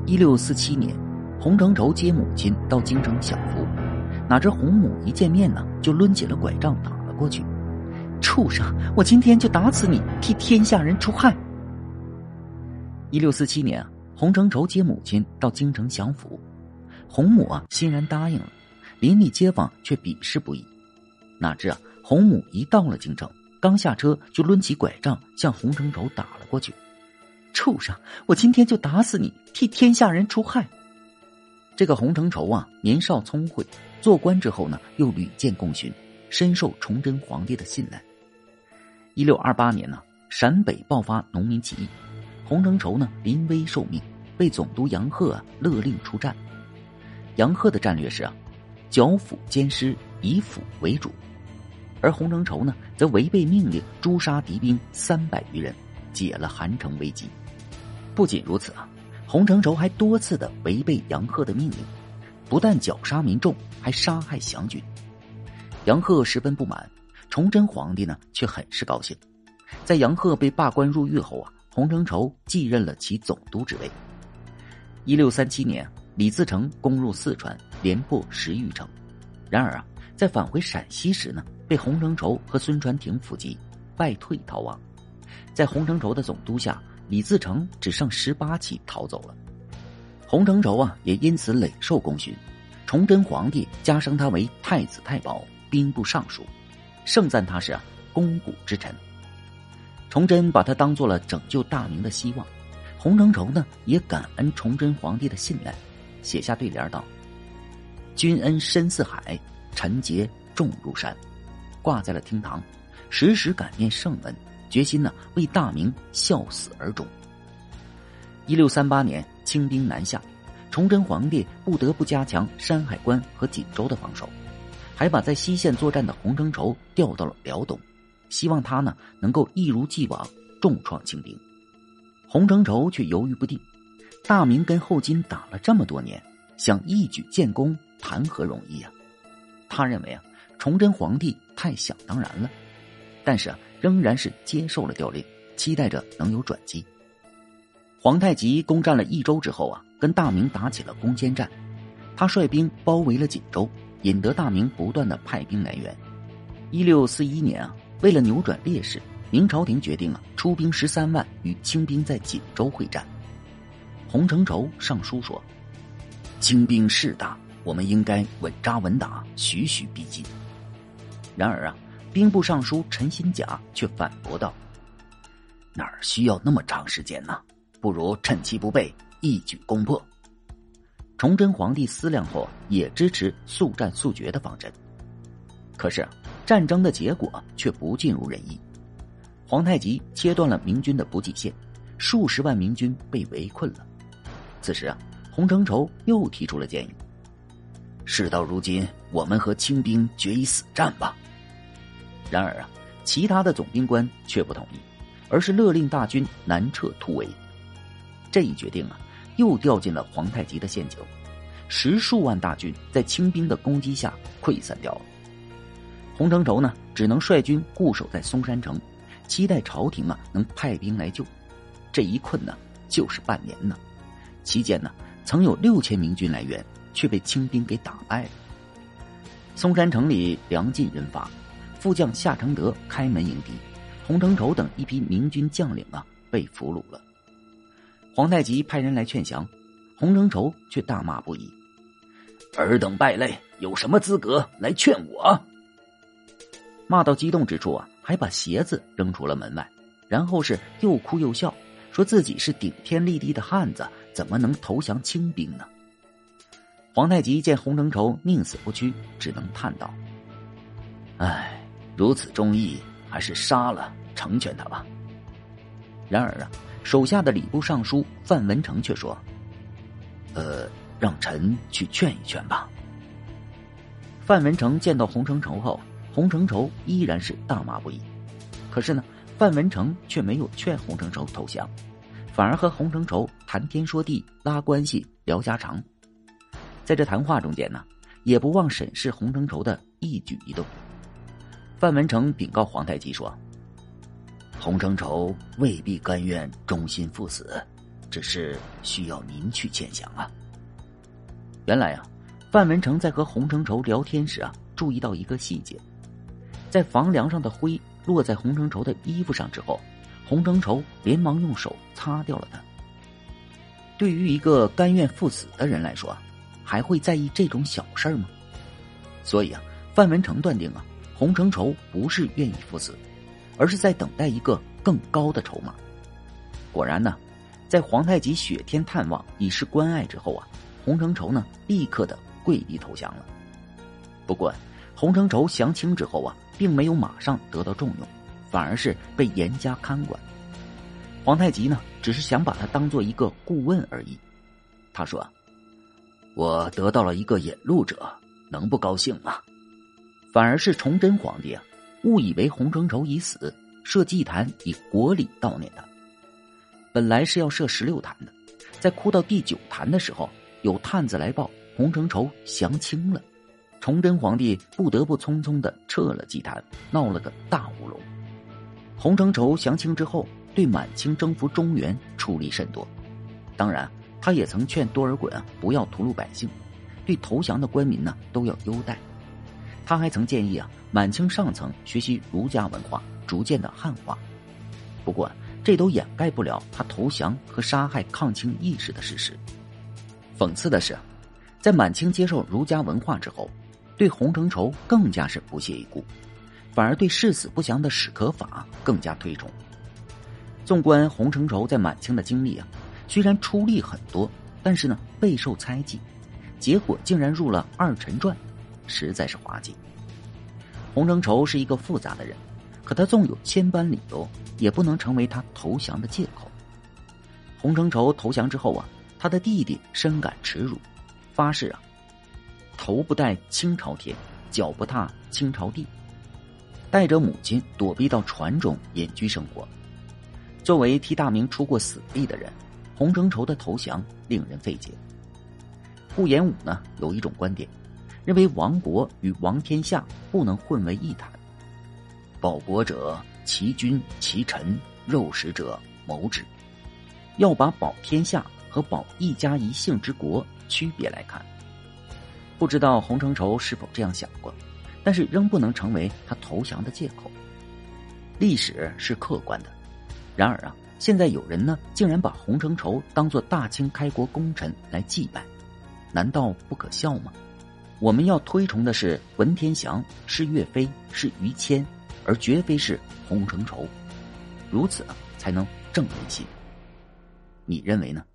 1647年，洪承畴接母亲到京城享福，哪知洪母一见面呢，就抡起了拐杖打了过去。畜生，我今天就打死你，替天下人除害。1647年，洪承畴接母亲到京城享福，洪母欣然答应了，邻里街坊却鄙视不已。哪知洪母一到了京城，刚下车就抡起拐杖向洪承畴打了过去。畜生，我今天就打死你，替天下人除害。这个洪承畴年少聪慧，做官之后呢，又屡建功勋，深受崇祯皇帝的信赖。1628年呢，陕北爆发农民起义，洪承畴呢临危受命，被总督杨鹤勒令出战。杨鹤的战略是剿抚兼施，以抚为主，而洪承畴呢则违背命令诛杀敌兵300余人，解了韩城危机。不仅如此洪承畴还多次的违背杨鹤的命令，不但绞杀民众，还杀害降军。杨鹤十分不满，崇祯皇帝呢却很是高兴。在杨鹤被罢官入狱后洪承畴继任了其总督之位。1637年，李自成攻入四川，连破10余城。然而在返回陕西时呢，被洪承畴和孙传庭伏击，败退逃亡。在洪承畴的总督下，李自成只剩18骑逃走了。洪承畴也因此累受功勋，崇祯皇帝加升他为太子太保、兵部尚书，盛赞他是肱骨之臣。崇祯把他当做了拯救大明的希望。洪承畴呢也感恩崇祯皇帝的信赖，写下对联道：君恩深似海，臣节重如山，挂在了厅堂，时时感念圣恩，决心呢为大明效死而终。1638年，清兵南下，崇祯皇帝不得不加强山海关和锦州的防守，还把在西线作战的洪承畴调到了辽东，希望他呢能够一如既往重创清兵。洪承畴却犹豫不定，大明跟后金打了这么多年，想一举建功谈何容易他认为崇祯皇帝太想当然了，但是仍然是接受了调令，期待着能有转机。皇太极攻占了益州之后跟大明打起了攻坚战，他率兵包围了锦州，引得大明不断的派兵来援。1641年为了扭转劣势，明朝廷决定出兵13万与清兵在锦州会战。洪承畴上书说：清兵势大，我们应该稳扎稳打，徐徐逼近。然而兵部尚书陈新甲却反驳道：哪儿需要那么长时间呢？不如趁其不备，一举攻破。崇祯皇帝思量后也支持速战速决的方针。可是战争的结果却不尽如人意，皇太极切断了明军的补给线，数十万明军被围困了。此时洪承畴又提出了建议：事到如今，我们和清兵决一死战吧。然而其他的总兵官却不同意，而是勒令大军南撤突围。这一决定又掉进了皇太极的陷阱，10数万大军在清兵的攻击下溃散掉了。洪承畴呢只能率军固守在松山城，期待朝廷能派兵来救。这一困呢就是半年呢，期间呢曾有6000明军来援，却被清兵给打败了。松山城里粮尽人乏，副将夏承德开门迎敌，洪承畴等一批明军将领被俘虏了。皇太极派人来劝降，洪承畴却大骂不已：尔等败类，有什么资格来劝我？骂到激动之处还把鞋子扔出了门外，然后是又哭又笑，说自己是顶天立地的汉子，怎么能投降清兵呢？皇太极见洪承畴宁死不屈，只能叹道：唉，如此忠义，还是杀了成全他吧。然而手下的礼部尚书范文成却说：让臣去劝一劝吧。范文成见到洪承畴后，洪承畴依然是大骂不已。可是呢，范文成却没有劝洪承畴投降，反而和洪承畴谈天说地，拉关系，聊家常。在这谈话中间呢，也不忘审视洪承畴的一举一动。范文成禀告皇太极说：洪承畴未必甘愿忠心赴死， 只是需要您去牵想啊。原来啊，范文成在和洪承畴聊天时啊，注意到一个细节，在房梁上的灰落在洪承畴的衣服上之后，洪承畴连忙用手擦掉了它。对于一个甘愿赴死的人来说啊，还会在意这种小事吗？所以啊，范文成断定啊，洪承畴不是愿意赴死，而是在等待一个更高的筹码。果然呢，在皇太极雪天探望以示关爱之后啊，洪承畴呢立刻的跪地投降了。不过洪承畴降清之后啊，并没有马上得到重用，反而是被严加看管。皇太极呢，只是想把他当做一个顾问而已。他说：“我得到了一个引路者，能不高兴吗？”反而是崇祯皇帝啊，误以为洪承畴已死，设祭坛以国礼悼念他。本来是要设16坛的，在哭到第9坛的时候，有探子来报洪承畴降清了。崇祯皇帝不得不匆匆地撤了祭坛，闹了个大乌龙。洪承畴降清之后，对满清征服中原出力甚多，当然他也曾劝多尔衮啊不要屠戮百姓，对投降的官民呢都要优待。他还曾建议啊满清上层学习儒家文化，逐渐的汉化。不过这都掩盖不了他投降和杀害抗清义士的事实。讽刺的是，在满清接受儒家文化之后，对洪承畴更加是不屑一顾，反而对誓死不降的史可法更加推崇。纵观洪承畴在满清的经历啊，虽然出力很多，但是呢备受猜忌，结果竟然入了2臣传，实在是滑稽。洪承畴是一个复杂的人，可他纵有千般理由，也不能成为他投降的借口。洪承畴投降之后啊，他的弟弟深感耻辱，发誓啊，头不戴清朝天，脚不踏清朝地，带着母亲躲避到船中隐居生活。作为替大明出过死地的人，洪承畴的投降令人费解。顾炎武呢有一种观点，认为亡国与亡天下不能混为一谈。保国者，其君其臣，肉食者谋之。要把保天下和保一家一姓之国区别来看。不知道洪承畴是否这样想过，但是仍不能成为他投降的借口。历史是客观的，然而啊，现在有人呢竟然把洪承畴当作大清开国功臣来祭拜，难道不可笑吗？我们要推崇的是文天祥，是岳飞，是于谦，而绝非是洪承畴，如此才能正人心。你认为呢？